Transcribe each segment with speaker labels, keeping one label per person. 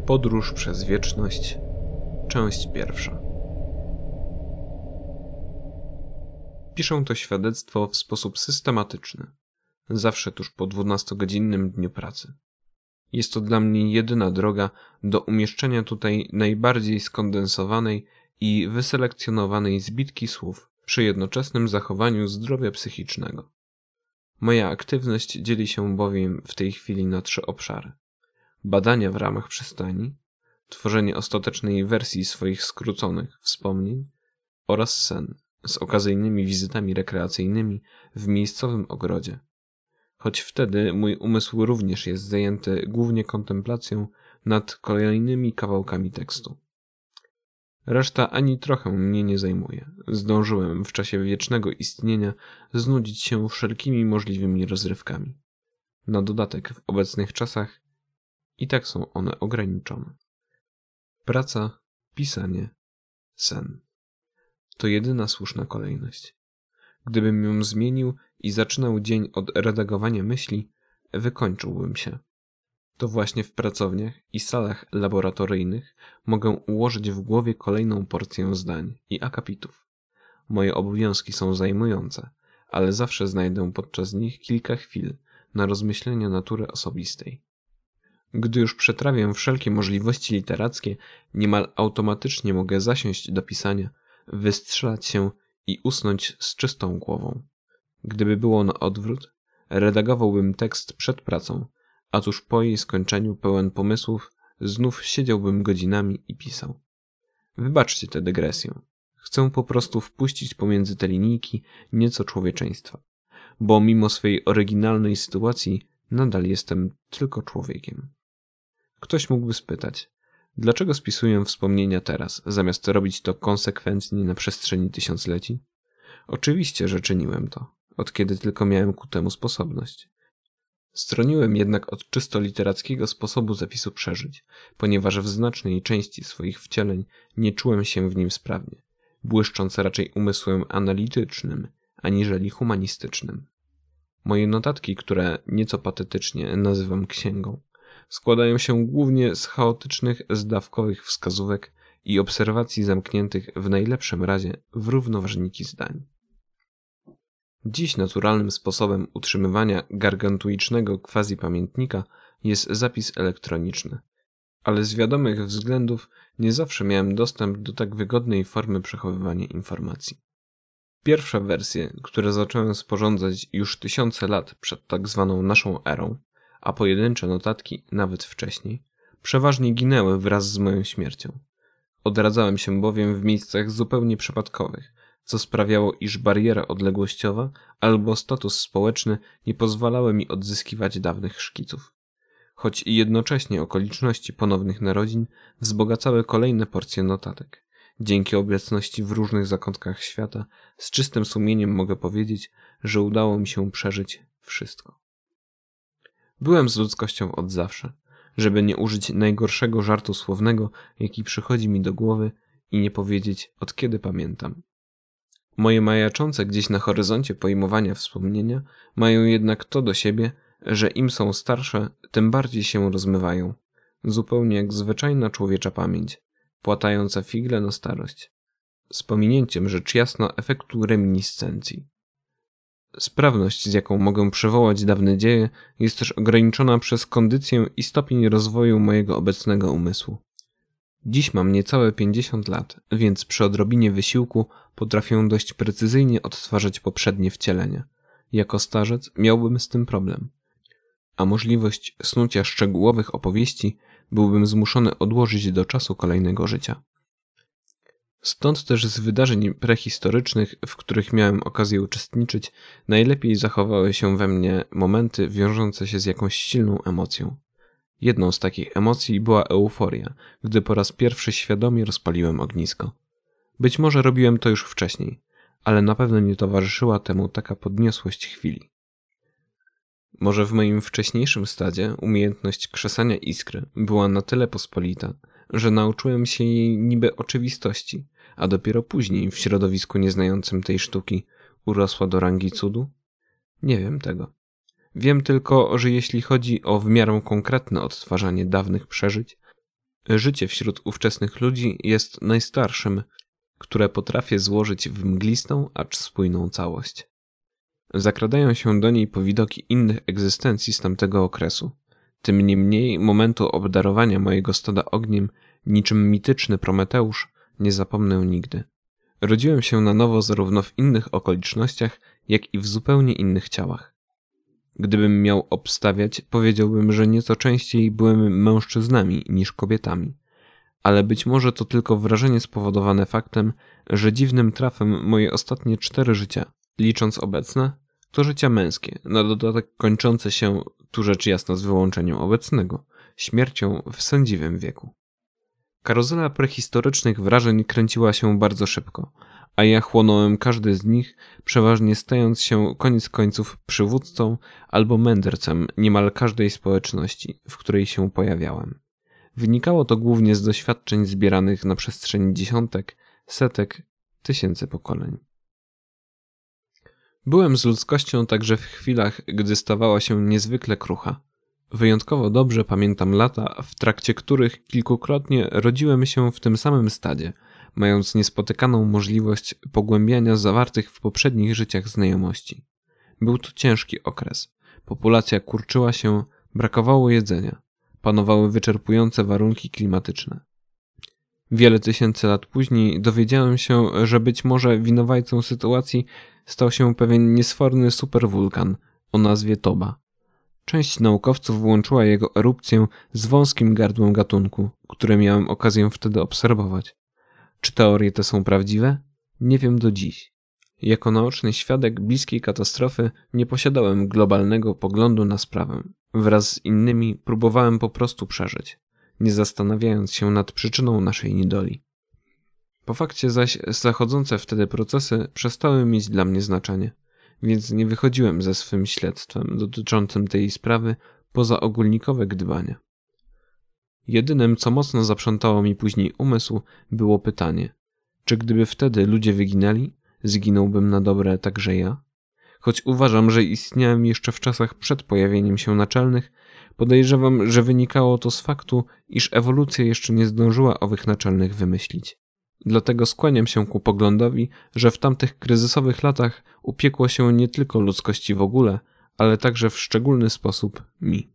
Speaker 1: Podróż przez wieczność, część pierwsza. Piszę to świadectwo w sposób systematyczny, zawsze tuż po 12-godzinnym dniu pracy. Jest to dla mnie jedyna droga do umieszczenia tutaj najbardziej skondensowanej i wyselekcjonowanej zbitki słów przy jednoczesnym zachowaniu zdrowia psychicznego. Moja aktywność dzieli się bowiem w tej chwili na 3 obszary. Badania w ramach przystani, tworzenie ostatecznej wersji swoich skróconych wspomnień oraz sen z okazyjnymi wizytami rekreacyjnymi w miejscowym ogrodzie. Choć wtedy mój umysł również jest zajęty głównie kontemplacją nad kolejnymi kawałkami tekstu. Reszta ani trochę mnie nie zajmuje. Zdążyłem w czasie wiecznego istnienia znudzić się wszelkimi możliwymi rozrywkami. Na dodatek w obecnych czasach i tak są one ograniczone. Praca, pisanie, sen. To jedyna słuszna kolejność. Gdybym ją zmienił i zaczynał dzień od redagowania myśli, wykończyłbym się. To właśnie w pracowniach i salach laboratoryjnych mogę ułożyć w głowie kolejną porcję zdań i akapitów. Moje obowiązki są zajmujące, ale zawsze znajdę podczas nich kilka chwil na rozmyślenia natury osobistej. Gdy już przetrawię wszelkie możliwości literackie, niemal automatycznie mogę zasiąść do pisania, wystrzelać się i usnąć z czystą głową. Gdyby było na odwrót, redagowałbym tekst przed pracą, a tuż po jej skończeniu pełen pomysłów znów siedziałbym godzinami i pisał. Wybaczcie tę dygresję. Chcę po prostu wpuścić pomiędzy te linijki nieco człowieczeństwa, bo mimo swej oryginalnej sytuacji nadal jestem tylko człowiekiem. Ktoś mógłby spytać, dlaczego spisuję wspomnienia teraz, zamiast robić to konsekwentnie na przestrzeni tysiącleci? Oczywiście, że czyniłem to, od kiedy tylko miałem ku temu sposobność. Stroniłem jednak od czysto literackiego sposobu zapisu przeżyć, ponieważ w znacznej części swoich wcieleń nie czułem się w nim sprawnie, błyszcząc raczej umysłem analitycznym, aniżeli humanistycznym. Moje notatki, które nieco patetycznie nazywam księgą, składają się głównie z chaotycznych, zdawkowych wskazówek i obserwacji zamkniętych w najlepszym razie w równoważniki zdań. Dziś naturalnym sposobem utrzymywania gargantuicznego quasi-pamiętnika jest zapis elektroniczny, ale z wiadomych względów nie zawsze miałem dostęp do tak wygodnej formy przechowywania informacji. Pierwsze wersje, które zacząłem sporządzać już tysiące lat przed tak zwaną naszą erą, a pojedyncze notatki nawet wcześniej, przeważnie ginęły wraz z moją śmiercią. Odradzałem się bowiem w miejscach zupełnie przypadkowych, co sprawiało, iż bariera odległościowa albo status społeczny nie pozwalały mi odzyskiwać dawnych szkiców. Choć i jednocześnie okoliczności ponownych narodzin wzbogacały kolejne porcje notatek. Dzięki obecności w różnych zakątkach świata z czystym sumieniem mogę powiedzieć, że udało mi się przeżyć wszystko. Byłem z ludzkością od zawsze, żeby nie użyć najgorszego żartu słownego, jaki przychodzi mi do głowy i nie powiedzieć, od kiedy pamiętam. Moje majaczące gdzieś na horyzoncie pojmowania wspomnienia mają jednak to do siebie, że im są starsze, tym bardziej się rozmywają, zupełnie jak zwyczajna człowiecza pamięć, płatająca figle na starość, z pominięciem rzecz jasna efektu reminiscencji. Sprawność, z jaką mogę przywołać dawne dzieje, jest też ograniczona przez kondycję i stopień rozwoju mojego obecnego umysłu. Dziś mam niecałe 50 lat, więc przy odrobinie wysiłku potrafię dość precyzyjnie odtwarzać poprzednie wcielenia. Jako starzec miałbym z tym problem, a możliwość snucia szczegółowych opowieści byłbym zmuszony odłożyć do czasu kolejnego życia. Stąd też z wydarzeń prehistorycznych, w których miałem okazję uczestniczyć, najlepiej zachowały się we mnie momenty wiążące się z jakąś silną emocją. Jedną z takich emocji była euforia, gdy po raz pierwszy świadomie rozpaliłem ognisko. Być może robiłem to już wcześniej, ale na pewno nie towarzyszyła temu taka podniosłość chwili. Może w moim wcześniejszym stadzie umiejętność krzesania iskry była na tyle pospolita, że nauczyłem się jej niby oczywistości, a dopiero później w środowisku nieznającym tej sztuki urosła do rangi cudu? Nie wiem tego. Wiem tylko, że jeśli chodzi o w miarę konkretne odtwarzanie dawnych przeżyć, Życie wśród ówczesnych ludzi jest najstarszym, które potrafię złożyć w mglistą, acz spójną całość. Zakradają się do niej powidoki innych egzystencji z tamtego okresu. Tym niemniej momentu obdarowania mojego stada ogniem, niczym mityczny Prometeusz, nie zapomnę nigdy. Rodziłem się na nowo zarówno w innych okolicznościach, jak i w zupełnie innych ciałach. Gdybym miał obstawiać, powiedziałbym, że nieco częściej byłem mężczyznami niż kobietami. Ale być może to tylko wrażenie spowodowane faktem, że dziwnym trafem moje ostatnie 4 życia, licząc obecne, to życia męskie, na dodatek kończące się, tu rzecz jasna z wyłączeniem obecnego, śmiercią w sędziwym wieku. Karuzela prehistorycznych wrażeń kręciła się bardzo szybko, a ja chłonąłem każdy z nich, przeważnie stając się koniec końców przywódcą albo mędrcem niemal każdej społeczności, w której się pojawiałem. Wynikało to głównie z doświadczeń zbieranych na przestrzeni dziesiątek, setek, tysięcy pokoleń. Byłem z ludzkością także w chwilach, gdy stawała się niezwykle krucha. Wyjątkowo dobrze pamiętam lata, w trakcie których kilkukrotnie rodziłem się w tym samym stadzie, mając niespotykaną możliwość pogłębiania zawartych w poprzednich życiach znajomości. Był to ciężki okres. Populacja kurczyła się, brakowało jedzenia. Panowały wyczerpujące warunki klimatyczne. Wiele tysięcy lat później dowiedziałem się, że być może winowajcą sytuacji stał się pewien niesforny superwulkan o nazwie Toba. Część naukowców włączyła jego erupcję z wąskim gardłem gatunku, które miałem okazję wtedy obserwować. Czy teorie te są prawdziwe? Nie wiem do dziś. Jako naoczny świadek bliskiej katastrofy nie posiadałem globalnego poglądu na sprawę. Wraz z innymi próbowałem po prostu przeżyć, nie zastanawiając się nad przyczyną naszej niedoli. Po fakcie zaś zachodzące wtedy procesy przestały mieć dla mnie znaczenie, więc nie wychodziłem ze swym śledztwem dotyczącym tej sprawy poza ogólnikowe gdybanie. Jedynym, co mocno zaprzątało mi później umysł, było pytanie, czy gdyby wtedy ludzie wyginęli, zginąłbym na dobre także ja? Choć uważam, że istniałem jeszcze w czasach przed pojawieniem się naczelnych, podejrzewam, że wynikało to z faktu, iż ewolucja jeszcze nie zdążyła owych naczelnych wymyślić. Dlatego skłaniam się ku poglądowi, że w tamtych kryzysowych latach upiekło się nie tylko ludzkości w ogóle, ale także w szczególny sposób mi.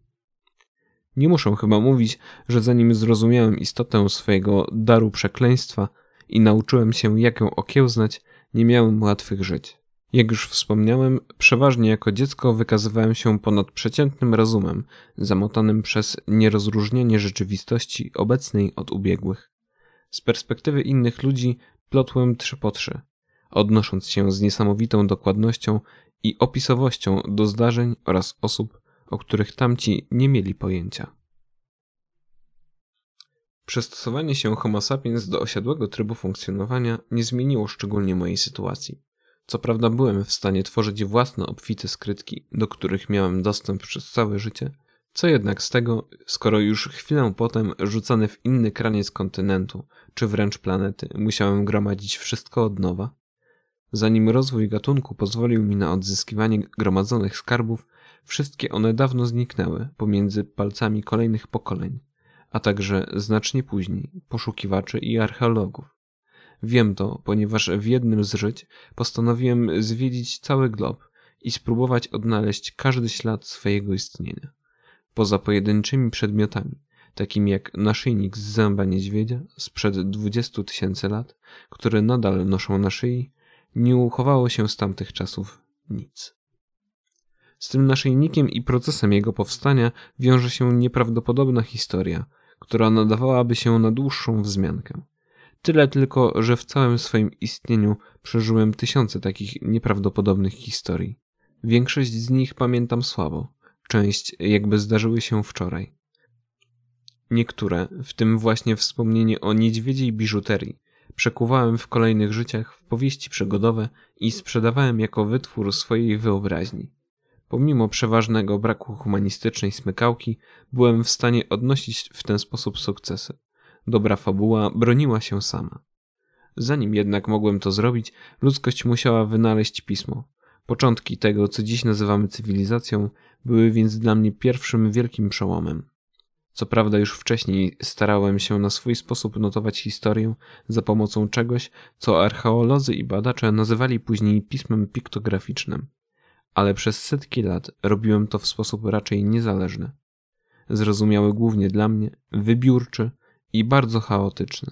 Speaker 1: Nie muszę chyba mówić, że zanim zrozumiałem istotę swojego daru przekleństwa i nauczyłem się, jak ją okiełznać, nie miałem łatwych żyć. Jak już wspomniałem, przeważnie jako dziecko wykazywałem się ponadprzeciętnym rozumem, zamotanym przez nierozróżnienie rzeczywistości obecnej od ubiegłych. Z perspektywy innych ludzi plotłem 3 po 3, odnosząc się z niesamowitą dokładnością i opisowością do zdarzeń oraz osób, o których tamci nie mieli pojęcia. Przystosowanie się Homo sapiens do osiadłego trybu funkcjonowania nie zmieniło szczególnie mojej sytuacji. Co prawda byłem w stanie tworzyć własne obfite skrytki, do których miałem dostęp przez całe życie, co jednak z tego, skoro już chwilę potem rzucany w inny kraniec kontynentu, czy wręcz planety, musiałem gromadzić wszystko od nowa? Zanim rozwój gatunku pozwolił mi na odzyskiwanie gromadzonych skarbów, wszystkie one dawno zniknęły pomiędzy palcami kolejnych pokoleń, a także znacznie później poszukiwaczy i archeologów. Wiem to, ponieważ w jednym z żyć postanowiłem zwiedzić cały glob i spróbować odnaleźć każdy ślad swojego istnienia. Poza pojedynczymi przedmiotami, takimi jak naszyjnik z zęba niedźwiedzia sprzed 20 000 lat, który nadal noszą na szyi, nie uchowało się z tamtych czasów nic. Z tym naszyjnikiem i procesem jego powstania wiąże się nieprawdopodobna historia, która nadawałaby się na dłuższą wzmiankę. Tyle tylko, że w całym swoim istnieniu przeżyłem tysiące takich nieprawdopodobnych historii. Większość z nich pamiętam słabo, część jakby zdarzyły się wczoraj. Niektóre, w tym właśnie wspomnienie o niedźwiedziej biżuterii, przekuwałem w kolejnych życiach w powieści przygodowe i sprzedawałem jako wytwór swojej wyobraźni. Pomimo przeważnego braku humanistycznej smykałki, byłem w stanie odnosić w ten sposób sukcesy. Dobra fabuła broniła się sama. Zanim jednak mogłem to zrobić, ludzkość musiała wynaleźć pismo. Początki tego, co dziś nazywamy cywilizacją, były więc dla mnie pierwszym wielkim przełomem. Co prawda już wcześniej starałem się na swój sposób notować historię za pomocą czegoś, co archeolodzy i badacze nazywali później pismem piktograficznym, ale przez setki lat robiłem to w sposób raczej niezależny. Zrozumiały głównie dla mnie, wybiórczy i bardzo chaotyczny.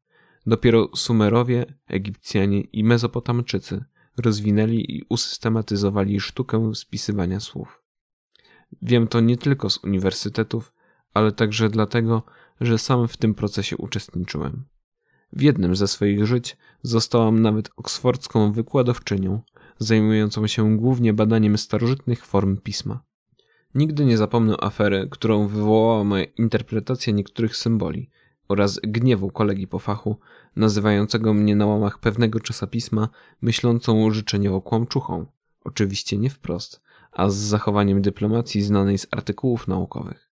Speaker 1: Dopiero Sumerowie, Egipcjanie i Mezopotamczycy rozwinęli i usystematyzowali sztukę spisywania słów. Wiem to nie tylko z uniwersytetów, ale także dlatego, że sam w tym procesie uczestniczyłem. W jednym ze swoich żyć zostałam nawet oksfordzką wykładowczynią, zajmującą się głównie badaniem starożytnych form pisma. Nigdy nie zapomnę afery, którą wywołała moja interpretacja niektórych symboli oraz gniewu kolegi po fachu, nazywającego mnie na łamach pewnego czasopisma myślącą życzeniowo kłamczuchą. Oczywiście nie wprost, a z zachowaniem dyplomacji znanej z artykułów naukowych.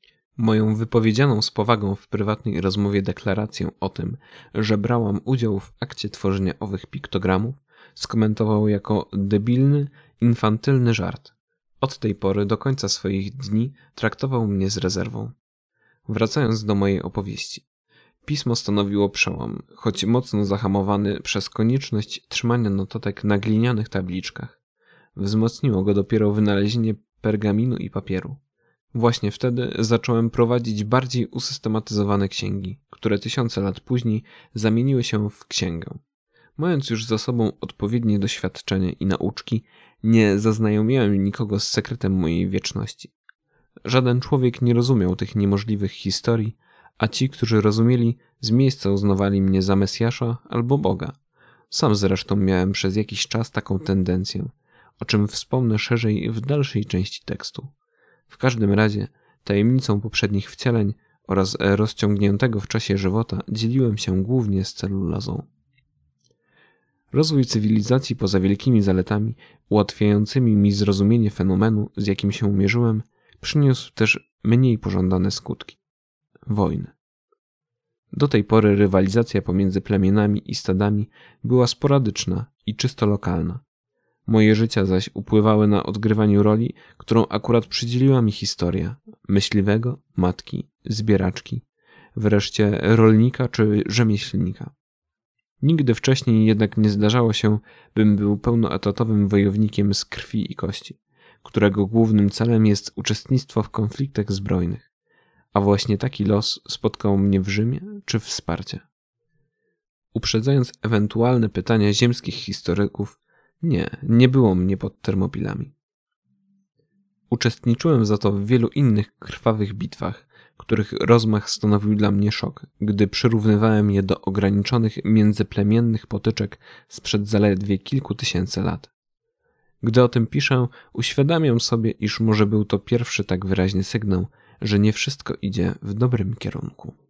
Speaker 1: Moją wypowiedzianą z powagą w prywatnej rozmowie deklarację o tym, że brałam udział w akcie tworzenia owych piktogramów, skomentował jako debilny, infantylny żart. Od tej pory do końca swoich dni traktował mnie z rezerwą. Wracając do mojej opowieści. Pismo stanowiło przełom, choć mocno zahamowany przez konieczność trzymania notatek na glinianych tabliczkach. Wzmocniło go dopiero wynalezienie pergaminu i papieru. Właśnie wtedy zacząłem prowadzić bardziej usystematyzowane księgi, które tysiące lat później zamieniły się w księgę. Mając już za sobą odpowiednie doświadczenie i nauczki, nie zaznajomiłem nikogo z sekretem mojej wieczności. Żaden człowiek nie rozumiał tych niemożliwych historii, a ci, którzy rozumieli, z miejsca uznawali mnie za Mesjasza albo Boga. Sam zresztą miałem przez jakiś czas taką tendencję, o czym wspomnę szerzej w dalszej części tekstu. W każdym razie tajemnicą poprzednich wcieleń oraz rozciągniętego w czasie żywota dzieliłem się głównie z celulozą. Rozwój cywilizacji poza wielkimi zaletami, ułatwiającymi mi zrozumienie fenomenu, z jakim się mierzyłem, przyniósł też mniej pożądane skutki. Wojny. Do tej pory rywalizacja pomiędzy plemionami i stadami była sporadyczna i czysto lokalna. Moje życia zaś upływały na odgrywaniu roli, którą akurat przydzieliła mi historia myśliwego, matki, zbieraczki, wreszcie rolnika czy rzemieślnika. Nigdy wcześniej jednak nie zdarzało się, bym był pełnoetatowym wojownikiem z krwi i kości, którego głównym celem jest uczestnictwo w konfliktach zbrojnych. A właśnie taki los spotkał mnie w Rzymie czy w Sparcie. Uprzedzając ewentualne pytania ziemskich historyków, nie było mnie pod Termopilami. Uczestniczyłem za to w wielu innych krwawych bitwach, których rozmach stanowił dla mnie szok, gdy przyrównywałem je do ograniczonych międzyplemiennych potyczek sprzed zaledwie kilku tysięcy lat. Gdy o tym piszę, uświadamiam sobie, iż może był to pierwszy tak wyraźny sygnał, że nie wszystko idzie w dobrym kierunku.